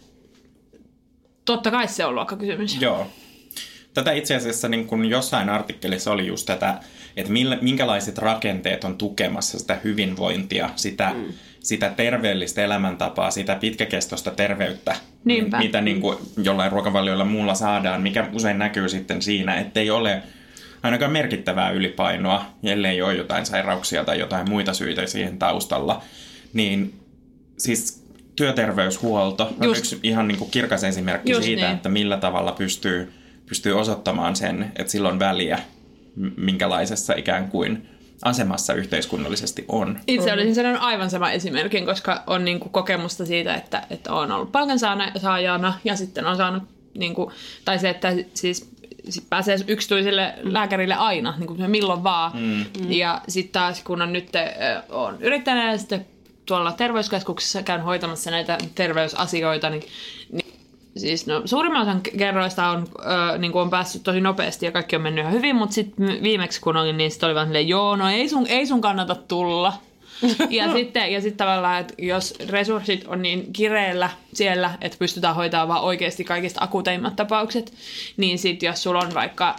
totta kai se on luokkakysymys. Joo. Tätä itse asiassa niin kun jossain artikkelissa oli just tätä, että millä, minkälaiset rakenteet on tukemassa sitä hyvinvointia, sitä, mm. sitä terveellistä elämäntapaa, sitä pitkäkestoista terveyttä, Niinpä. mitä niin kuin jollain ruokavalioilla muulla saadaan, mikä usein näkyy sitten siinä, ettei ole ainakaan merkittävää ylipainoa, ellei ole jotain sairauksia tai jotain muita syitä siihen taustalla, niin siis työterveyshuolto on Just. yksi ihan niin kuin kirkas esimerkki Just siitä, niin. että millä tavalla pystyy pystyy osoittamaan sen, että sillä on väliä, minkälaisessa ikään kuin asemassa yhteiskunnallisesti on. Itse olisin sanonut aivan sama esimerkin, koska on niin kuin kokemusta siitä, että, että on ollut palkansaajana ja sitten on saanut, niin kuin, tai se, että siis pääsee yksityiselle lääkärille aina, niin kuin milloin vaan. Mm. Ja sitten taas, kun on nyt on yrittäjänä ja sitten tuolla terveyskeskuksessa käyn hoitamassa näitä terveysasioita, niin, niin siis no, suurimman osan kerroista on, ö, niin kuin on päässyt tosi nopeasti ja kaikki on mennyt ihan hyvin, mutta sitten viimeksi kun olin, niin sitten oli vaan silleen, joo, no ei sun, ei sun kannata tulla. ja sitten ja sit tavallaan, että jos resurssit on niin kireellä siellä, että pystytään hoitamaan vaan oikeasti kaikista akuuteimmat tapaukset, niin sitten jos sulla on vaikka,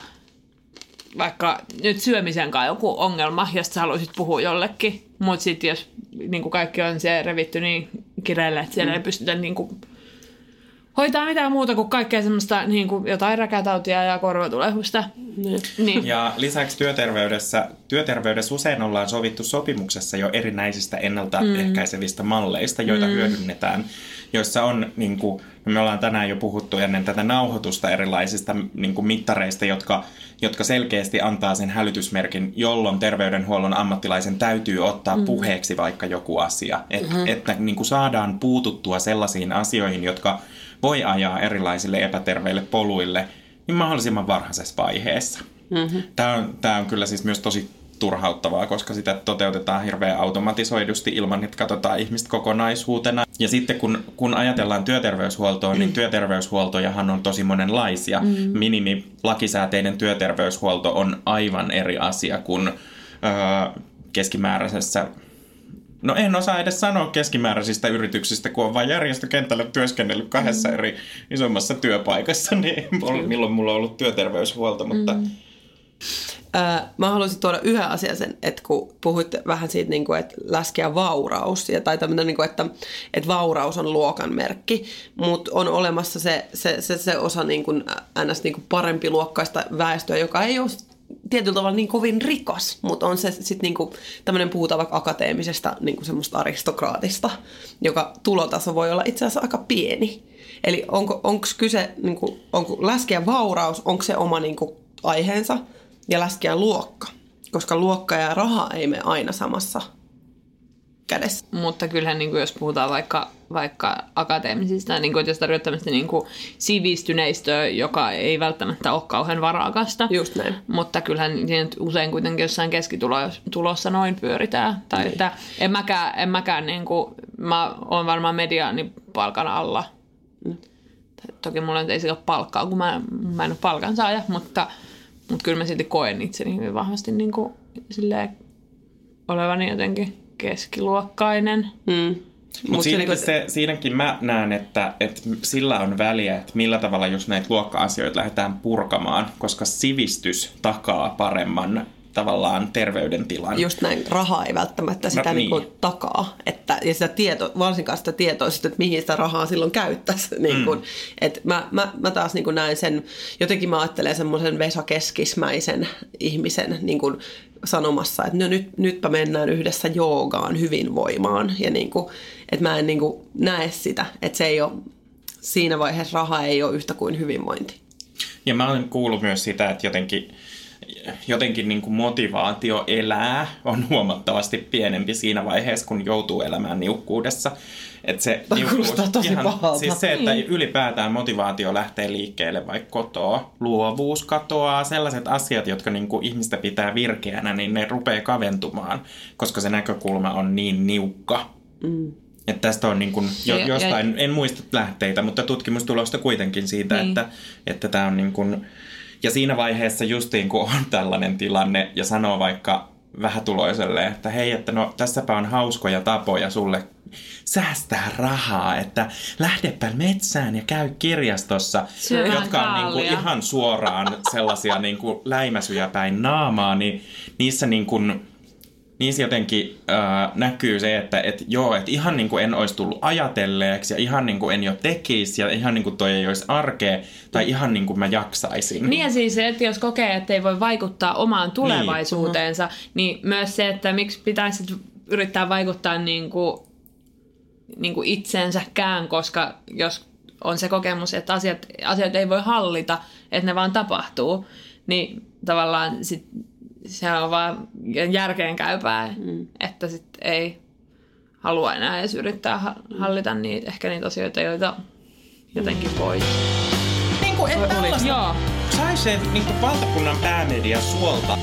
vaikka nyt syömisen kanssa joku ongelma, josta sä haluaisit puhua jollekin, mutta sitten jos niin kuin kaikki on se revitty niin kireelle, että siellä mm. ei pystytä niin kuin hoitaa mitään muuta kuin kaikkea semmoista niin kuin jotain räkätautia ja korvatulehusta. Niin. Niin. Ja lisäksi työterveydessä, työterveydessä usein ollaan sovittu sopimuksessa jo erinäisistä ennaltaehkäisevistä malleista, joita mm. hyödynnetään, joissa on, niin kuin, me ollaan tänään jo puhuttu ennen tätä nauhoitusta erilaisista niin kuin mittareista, jotka, jotka selkeästi antaa sen hälytysmerkin, jolloin terveydenhuollon ammattilaisen täytyy ottaa mm. puheeksi vaikka joku asia. Et, mm-hmm. Että niin kuin saadaan puututtua sellaisiin asioihin, jotka voi ajaa erilaisille epäterveille poluille niin mahdollisimman varhaisessa vaiheessa. Mm-hmm. Tämä on, tämä on kyllä siis myös tosi turhauttavaa, koska sitä toteutetaan hirveän automatisoidusti ilman, että katsotaan ihmistä kokonaisuutena. Ja sitten kun, kun ajatellaan työterveyshuoltoa, niin työterveyshuoltojahan on tosi monenlaisia. Mm-hmm. Minimilakisääteinen työterveyshuolto on aivan eri asia kuin öö, keskimääräisessä. No en osaa edes sanoa keskimääräisistä yrityksistä, kun on vain järjestökentällä työskennellyt kahdessa eri isommassa työpaikassa, niin milloin mulla on ollut työterveyshuolto, mutta... Mm. Ää, mä haluaisin tuoda yhden asian sen, että kun puhuitte vähän siitä, niin kuin, että läskeä vauraus, ja, tai tämmöinen, niin kuin, että, että vauraus on luokan merkki, mutta on olemassa se, se, se, se osa niin kuin, ns. Niin kuin parempi luokkaista väestöä, joka ei ole tietyllä tavalla niin kovin rikas, mutta on se sitten niinku tämmöinen, puhutaan vaikka akateemisesta niinku semmoista aristokraatista, joka tulotaso voi olla itse asiassa aika pieni. Eli onko onko kyse, niinku, onko läskeä vauraus, onko se oma niinku aiheensa ja läskeä luokka, koska luokka ja raha ei mene aina samassa kädessä. Mutta kyllähän niin kuin jos puhutaan vaikka, vaikka akateemisista, niin kuin, että jos tarkoittaa tämmöistä niin kuin sivistyneistöä, joka ei välttämättä ole kauhean varakasta. Just näin. Mutta kyllähän usein kuitenkin jossain keskitulossa noin pyöritään. Tai niin. Että en mäkään, en mäkään niin kuin, mä oon varmaan mediaanin palkan alla. Mm. Toki mulla ei sillä ole palkkaa, kun mä, mä en ole palkansaaja, mutta, mutta kyllä mä silti koen itseni hyvin vahvasti niin kuin, silleen, olevani jotenkin keskiluokkainen. Mm. Mutta Mut siinäkin, niin se, siinäkin mä näen, että, että sillä on väliä, että millä tavalla just näitä luokka-asioita lähdetään purkamaan, koska sivistys takaa paremman tavallaan terveydentilan. Just näin, raha ei välttämättä sitä no, niin. Niin takaa, että, ja sitä tieto, varsinkaan sitä tietoa, että mihin sitä rahaa silloin käyttäisi. Niin kuin, mm. että mä, mä, mä taas niin kuin näen sen, jotenkin mä ajattelen semmoisen Vesa Keskismäisen ihmisen niin kuin sanomassa, että no nyt, nytpä mennään yhdessä joogaan, hyvinvoimaan, ja niin kuin, että mä en niin kuin näe sitä, että se ei ole, siinä vaiheessa raha ei ole yhtä kuin hyvinvointi. Ja mä olen kuullut myös sitä, että jotenkin jotenkin niin kuin motivaatio elää on huomattavasti pienempi siinä vaiheessa, kun joutuu elämään niukkuudessa. Että se niukkuus, tosi ihan, pahalta. siis se, että ylipäätään motivaatio lähtee liikkeelle vaikka kotoa, luovuus katoaa, sellaiset asiat, jotka niin kuin ihmistä pitää virkeänä, niin ne rupeaa kaventumaan, koska se näkökulma on niin niukka. Mm. Että tästä on niin kuin jo, jostain, en muista lähteitä, mutta tutkimustulosta kuitenkin siitä, niin. että, että tämä on niin kuin. Ja siinä vaiheessa justiin, kun on tällainen tilanne ja sanoo vaikka vähätuloiselle, että hei, että no tässäpä on hauskoja tapoja sulle säästää rahaa, että lähdepä metsään ja käy kirjastossa, Syvän jotka on niin kuin ihan suoraan sellaisia niin kuin läimäsyjä päin naamaa, niin niissä niin kuin niissä jotenkin äh, näkyy se, että et, joo, että ihan niin kuin en olisi tullut ajatelleeksi ja ihan niin kuin en jo tekisi ja ihan niin kuin toi ei olisi arkea tai ihan niin kuin mä jaksaisin. Niin ja siis se, että jos kokee, että ei voi vaikuttaa omaan tulevaisuuteensa, niin, niin myös se, että miksi pitäisi yrittää vaikuttaa niin kuin, niin kuin itseensäkään, koska jos on se kokemus, että asiat, asiat ei voi hallita, että ne vaan tapahtuu, niin tavallaan sit se on vaan järkeenkäypää, mm. että sit ei halua enää edes yrittää hallita niitä, ehkä niitä asioita, joita jotenkin voi. Niin kuin, että tällaista Joo. saisi se niin kuin valtakunnan päämedia suolta.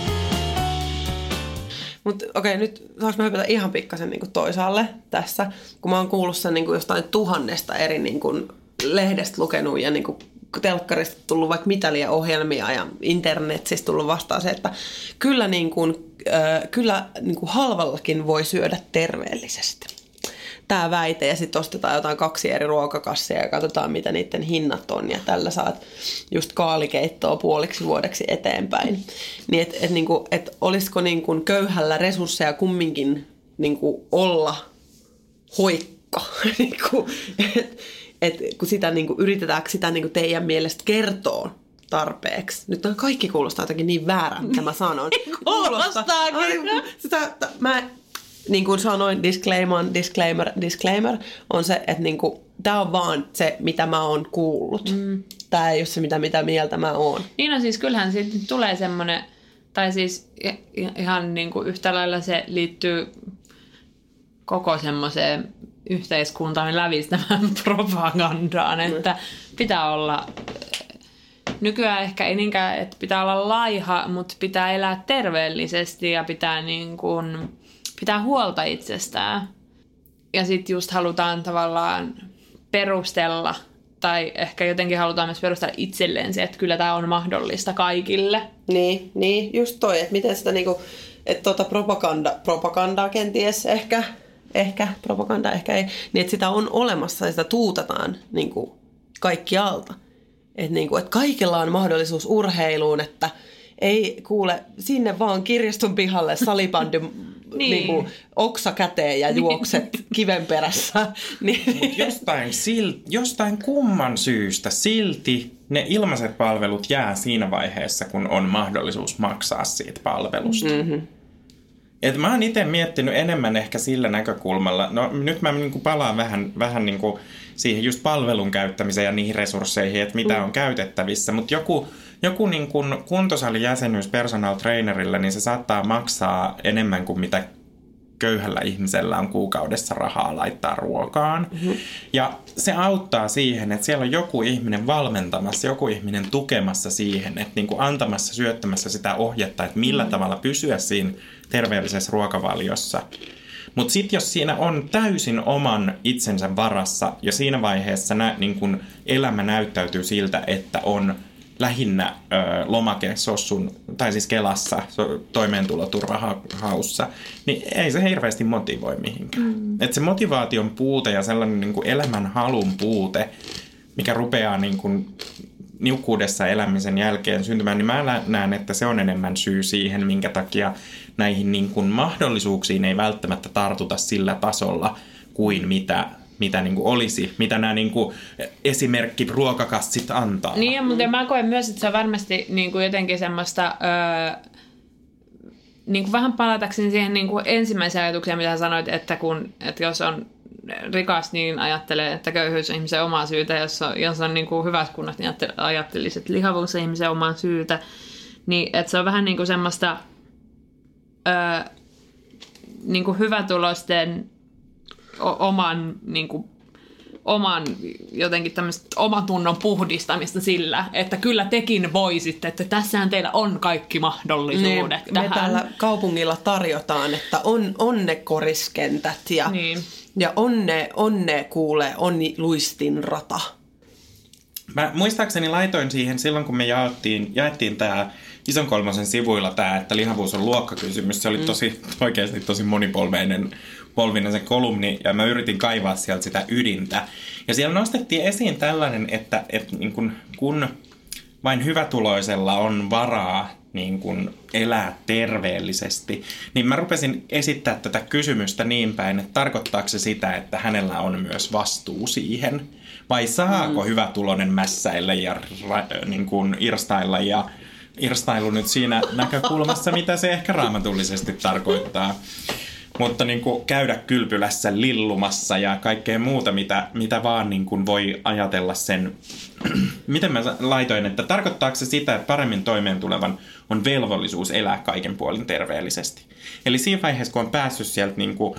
Mutta okei, nyt saanko mä hypätä ihan pikkasen niin kuin toisaalle tässä, kun mä oon kuullut sen niin kuin jostain tuhannesta eri niin kuin lehdestä lukenut ja niin kuin telkkarista tullut vaikka mitä liian ohjelmia ja internetistä tullut vastaan se, että kyllä, niin kuin, äh, kyllä niin kuin halvallakin voi syödä terveellisesti. Tämä väite, ja sitten ostetaan jotain kaksi eri ruokakassia ja katsotaan, mitä niiden hinnat on, ja tällä saat just kaalikeittoa puoliksi vuodeksi eteenpäin. Niin että et, niin et olisiko niin kuin köyhällä resursseja kumminkin niin kuin olla hoikka, niin kuin, et, et, kun sitä niin kuin, yritetäänkö sitä niin kuin teidän mielestä kertoa tarpeeksi. Nyt on kaikki kuulostaa jotenkin niin väärän, mitä mä sanon. Kuulostaakin. Sitä, mä, niin kuin sanoin, disclaimer, disclaimer, disclaimer, on se, että niin kuin, tää on vaan se, mitä mä oon kuullut. Mm. Tää ei ole se, mitä, mitä mieltä mä oon. Niin no siis kyllähän siitä tulee semmoinen, tai siis ihan niin kuin yhtä lailla se liittyy koko semmoiseen yhteiskuntaan lävistämään propagandaan, että pitää olla, nykyään ehkä ei niinkään, että pitää olla laiha, mutta pitää elää terveellisesti ja pitää, niin kuin, pitää huolta itsestään. Ja sitten just halutaan tavallaan perustella, tai ehkä jotenkin halutaan myös perustella itselleen se, että kyllä tämä on mahdollista kaikille. Niin, niin just toi, että miten sitä niinku, että tota propaganda, propagandaa kenties ehkä, ehkä, propaganda ehkä ei, niin että sitä on olemassa ja sitä tuutataan niinku kaikkialta. Että niinku, et kaikilla on mahdollisuus urheiluun, että ei kuule sinne vaan kirjaston pihalle salibändi niin. niin kuin, oksa käteen ja juokset kiven perässä. Niin. Mut jostain, sil, jostain kumman syystä silti ne ilmaiset palvelut jää siinä vaiheessa, kun on mahdollisuus maksaa siitä palvelusta. Mm-hmm. Et mä oon itse miettinyt enemmän ehkä sillä näkökulmalla. No nyt mä niin kuin palaan vähän, vähän niin kuin siihen just palvelun käyttämiseen ja niihin resursseihin, että mitä on käytettävissä. Mutta joku, joku niin kuin kuntosalijäsenyys personal trainerilla, niin se saattaa maksaa enemmän kuin mitä köyhällä ihmisellä on kuukaudessa rahaa laittaa ruokaan. Mm-hmm. Ja se auttaa siihen, että siellä on joku ihminen valmentamassa, joku ihminen tukemassa siihen, että niin kuin antamassa, syöttämässä sitä ohjetta, että millä mm-hmm. tavalla pysyä siinä terveellisessä ruokavaliossa. Mutta sitten jos siinä on täysin oman itsensä varassa ja siinä vaiheessa nä, niin kun elämä näyttäytyy siltä, että on lähinnä ö, lomake sossun, tai siis Kelassa toimeentuloturvahaussa, niin ei se hirveästi motivoi mihinkään. Mm. Et se motivaation puute ja sellainen niin kuin elämän halun puute, mikä rupeaa niin kuin niukkuudessa elämisen jälkeen syntymään, niin mä näen, että se on enemmän syy siihen, minkä takia näihin niin kuin mahdollisuuksiin ei välttämättä tartuta sillä tasolla kuin mitä, mitä niin kuin olisi, mitä nämä niin kuin esimerkki ruokakassit antaa. Niin, mutta mä koen myös, että se on varmasti niin kuin jotenkin semmoista, öö, niin kuin vähän palatakseni siihen niin kuin ensimmäiseen ajatukseen, mitä sanoit, että, kun, että jos on rikas, niin ajattelee, että köyhyys on ihmisen omaa syytä. Jos on, jos on niin kuin hyvässä kunnossa, niin ajattelisi, että lihavuus on ihmisen omaa syytä. Niin, että se on vähän niin kuin semmoista öö, niin kuin hyvätuloisten o- oman, niin kuin, oman jotenkin tämmöistä omatunnon puhdistamista sillä, että kyllä tekin voisitte, että tässähän teillä on kaikki mahdollisuudet niin, tähän. Me täällä kaupungilla tarjotaan, että on, on ne koriskentät ja, niin. ja on ne, on ne kuule, on luistin rata. Mä muistaakseni laitoin siihen silloin, kun me jaettiin, jaettiin tää Ison kolmosen sivuilla tää, että lihavuus on luokkakysymys. Se oli tosi, oikeasti tosi monipolveinen polvinen se kolumni, ja mä yritin kaivaa sieltä sitä ydintä. Ja siellä nostettiin esiin tällainen, että, että niin kun, kun vain hyvätuloisella on varaa niin kun elää terveellisesti, niin mä rupesin esittää tätä kysymystä niin päin, että tarkoittaako se sitä, että hänellä on myös vastuu siihen? Vai saako mm. hyvätuloinen mässäillä ja niin kun irstailla ja irstailu nyt siinä näkökulmassa, mitä se ehkä raamatullisesti tarkoittaa. Mutta niin kuin käydä kylpylässä lillumassa ja kaikkea muuta, mitä, mitä vaan niin kuin voi ajatella sen. Miten mä laitoin, että tarkoittaako se sitä, että paremmin toimeen tulevan on velvollisuus elää kaiken puolin terveellisesti. Eli siinä vaiheessa, kun on päässyt sieltä niin kuin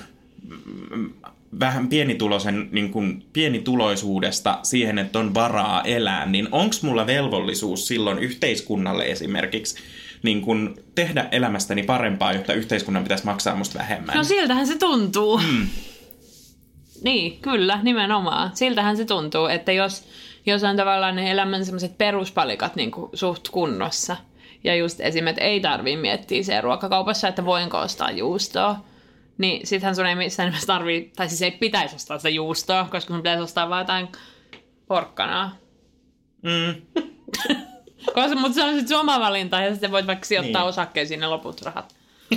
vähän pienituloisen, niin kuin pienituloisuudesta siihen, että on varaa elää, niin onko mulla velvollisuus silloin yhteiskunnalle esimerkiksi niin kun tehdä elämästäni parempaa, jotta yhteiskunnan pitäisi maksaa musta vähemmän? No siltähän se tuntuu. Mm. Niin, kyllä, nimenomaan. Siltähän se tuntuu, että jos, jos on tavallaan ne elämän sellaiset peruspalikat niin kuin suht kunnossa, ja just esimerkiksi ei tarvitse miettiä siellä ruokakaupassa, että voinko ostaa juustoa, niin sittenhän sun ei missään nimessä tarvitse, tai siis ei pitäisi ostaa sitä juustoa, koska sun pitäisi ostaa vaan jotain porkkanaa. Mm. Koska, mutta se on sitten sun oma valinta, ja sitten voit vaikka sijoittaa niin osakkeisiin ne loput rahat.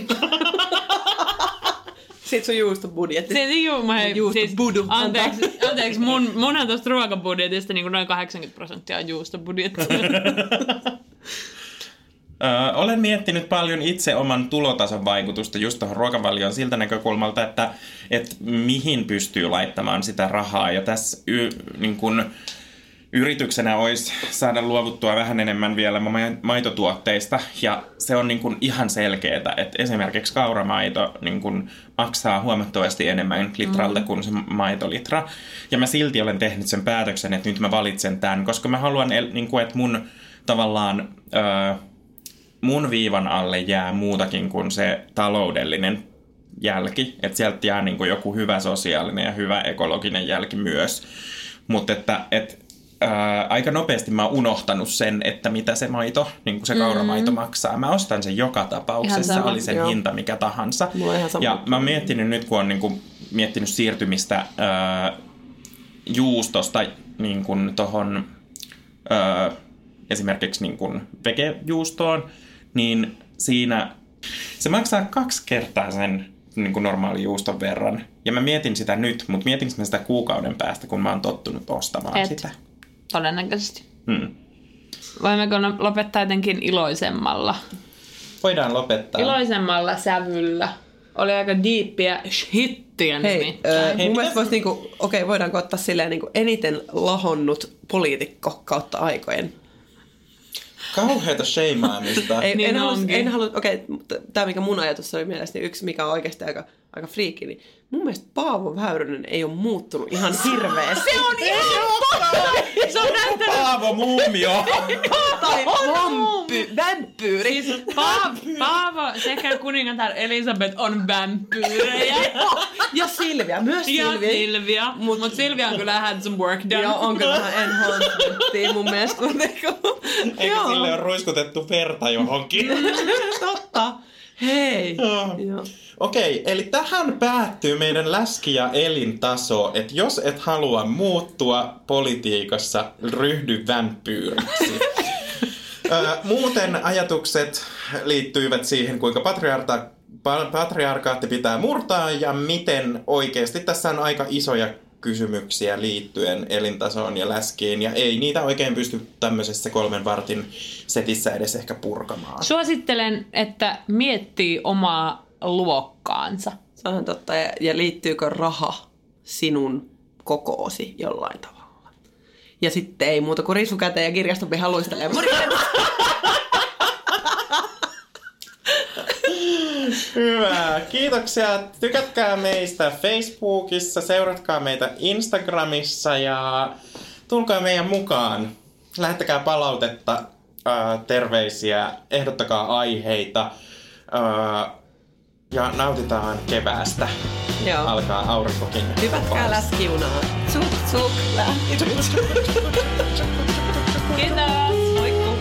Sitten sun juustobudjetti. Sitten juu, mä hei, siis, anteeksi, anteeksi mun, munhan tuosta ruokabudjetista niin kuin noin kahdeksankymmentä prosenttia on juustobudjetti. Ö, olen miettinyt paljon itse oman tulotason vaikutusta just tuohon ruokavalioon siltä näkökulmalta, että, että mihin pystyy laittamaan sitä rahaa. Ja tässä y, niin kun, yrityksenä olisi saada luovuttua vähän enemmän vielä maitotuotteista. Ja se on niin kun ihan selkeää, että esimerkiksi kauramaito niin kun maksaa huomattavasti enemmän litralta mm. kuin se maitolitra. Ja mä silti olen tehnyt sen päätöksen, että nyt mä valitsen tämän, koska mä haluan, niin kun, että mun tavallaan Öö, mun viivan alle jää muutakin kuin se taloudellinen jälki. Että sieltä jää niin kuin joku hyvä sosiaalinen ja hyvä ekologinen jälki myös. Mutta että et, ää, aika nopeasti mä oon unohtanut sen, että mitä se maito, niin kuin se kauramaito mm-hmm. maksaa. Mä ostan sen joka tapauksessa, sama, oli sen joo. hinta mikä tahansa. Ja mä oon miettinyt nyt, kun oon niin kuin miettinyt siirtymistä ää, juustosta niin kuin tohon Ää, esimerkiksi niin kuin vegejuustoon, niin siinä se maksaa kaksi kertaa sen niin kuin normaali juuston verran. Ja mä mietin sitä nyt, mutta mietinkö mä sitä kuukauden päästä, kun mä oon tottunut ostamaan Et. sitä? Todennäköisesti. Hmm. Voimmeko lopettaa jotenkin iloisemmalla? Voidaan lopettaa. Iloisemmalla sävyllä. Oli aika diippiä shittiä Hei, nimittäin. äh, Hei, mun mielestä mitäs- voisi niinku, okei, okay, voidaanko ottaa silleen niinku eniten lahonnut poliitikko kautta aikojen? Kauheata sheimaamista. Ei, Niin en halua, onkin. en halua, okei, okay, tämä mikä mun ajatus oli mielestäni yksi, mikä on oikeasti aika, aika friikki, niin mun mielestä Paavo Väyrynen ei ole muuttunut ihan hirveästi. Se on ihan totta! Se on näyttänyt... Paavo Muumio! Tai vampy, vampyyri. Siis Paavo, Paavo sekä kuningatar Elisabeth on vampyyrejä. Ja Silvia, myös Ja Silvia. Silvia. Mutta Mut Silvia on kyllä had some work done. Joo, on kyllä vähän enhancementia mun mielestä. Eikä sille ole ruiskutettu verta johonkin. Totta. Hei. Joo. Joo. Okei, eli tähän päättyy meidän läski- ja elintaso, että jos et halua muuttua politiikassa, ryhdy vampyyriksi. Ö, Muuten ajatukset liittyivät siihen, kuinka patriarka- pa- patriarkaatti pitää murtaa ja miten oikeasti tässä on aika isoja kysymyksiä liittyen elintasoon ja läskiin, ja ei niitä oikein pysty tämmöisessä kolmen vartin setissä edes ehkä purkamaan. Suosittelen, että miettii omaa luokkaansa. Se on totta. Ja, ja liittyykö raha sinun kokoosi jollain tavalla? Ja sitten ei muuta kuin risukäteen ja kirjaston pihan luistelee. Morjens! Hyvä. Kiitoksia. Tykätkää meistä Facebookissa, seuratkaa meitä Instagramissa ja tulkaa meidän mukaan. Lähettäkää palautetta, ää, terveisiä, ehdottakaa aiheita ää, ja nautitaan keväästä. Joo. Alkaa aurinkokin. Hypätkää läskiunaa. Tsuk, tsuk, lähti. Kiitos! Moikku.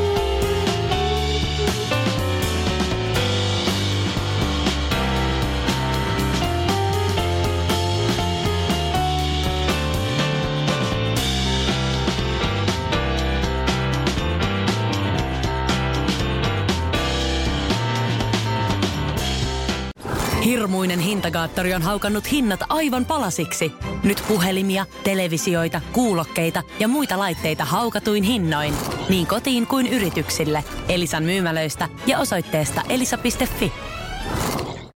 Hirmuinen hintakaattori on haukannut hinnat aivan palasiksi. Nyt puhelimia, televisioita, kuulokkeita ja muita laitteita haukatuin hinnoin. Niin kotiin kuin yrityksille. Elisan myymälöistä ja osoitteesta elisa piste fi.